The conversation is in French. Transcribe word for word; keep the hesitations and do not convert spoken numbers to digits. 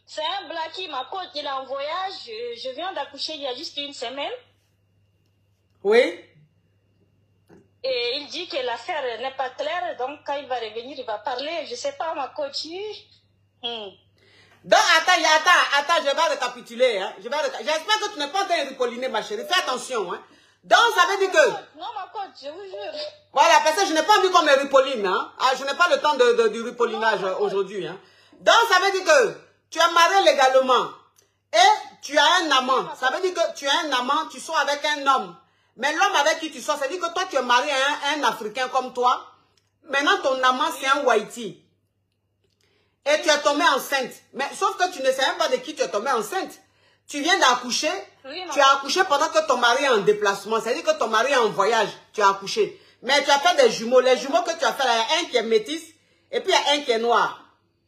C'est un Blackie, ma coach, il est en voyage. Je, je viens d'accoucher il y a juste une semaine. Oui. Et il dit que l'affaire n'est pas claire, donc quand il va revenir, il va parler. Je ne sais pas, ma coach. Hmm. Donc, attends, attends, attends, je vais récapituler. Hein. J'espère que tu n'es pas en train de ripolliner, ma chérie. Fais attention. Hein. Donc, ça veut dire que... Non, ma coach, je vous jure. Voilà, parce que je n'ai pas vu comme les ripolline. Hein. Ah, je n'ai pas le temps de, de, du ripollinage aujourd'hui. Hein. Donc, ça veut dire que tu es marié légalement et tu as un amant. Ça veut dire que tu as un amant, tu sors avec un homme. Mais l'homme avec qui tu sors, ça veut dire que toi, tu es marié à un, un Africain comme toi. Maintenant, ton amant, c'est un Whitey. Et tu es tombée enceinte. Mais sauf que tu ne sais même pas de qui tu es tombée enceinte. Tu viens d'accoucher. Oui, tu as accouché pendant que ton mari est en déplacement. C'est-à-dire que ton mari est en voyage. Tu as accouché. Mais tu as fait des jumeaux. Les jumeaux que tu as fait là, il y a un qui est métis et puis il y a un qui est noir.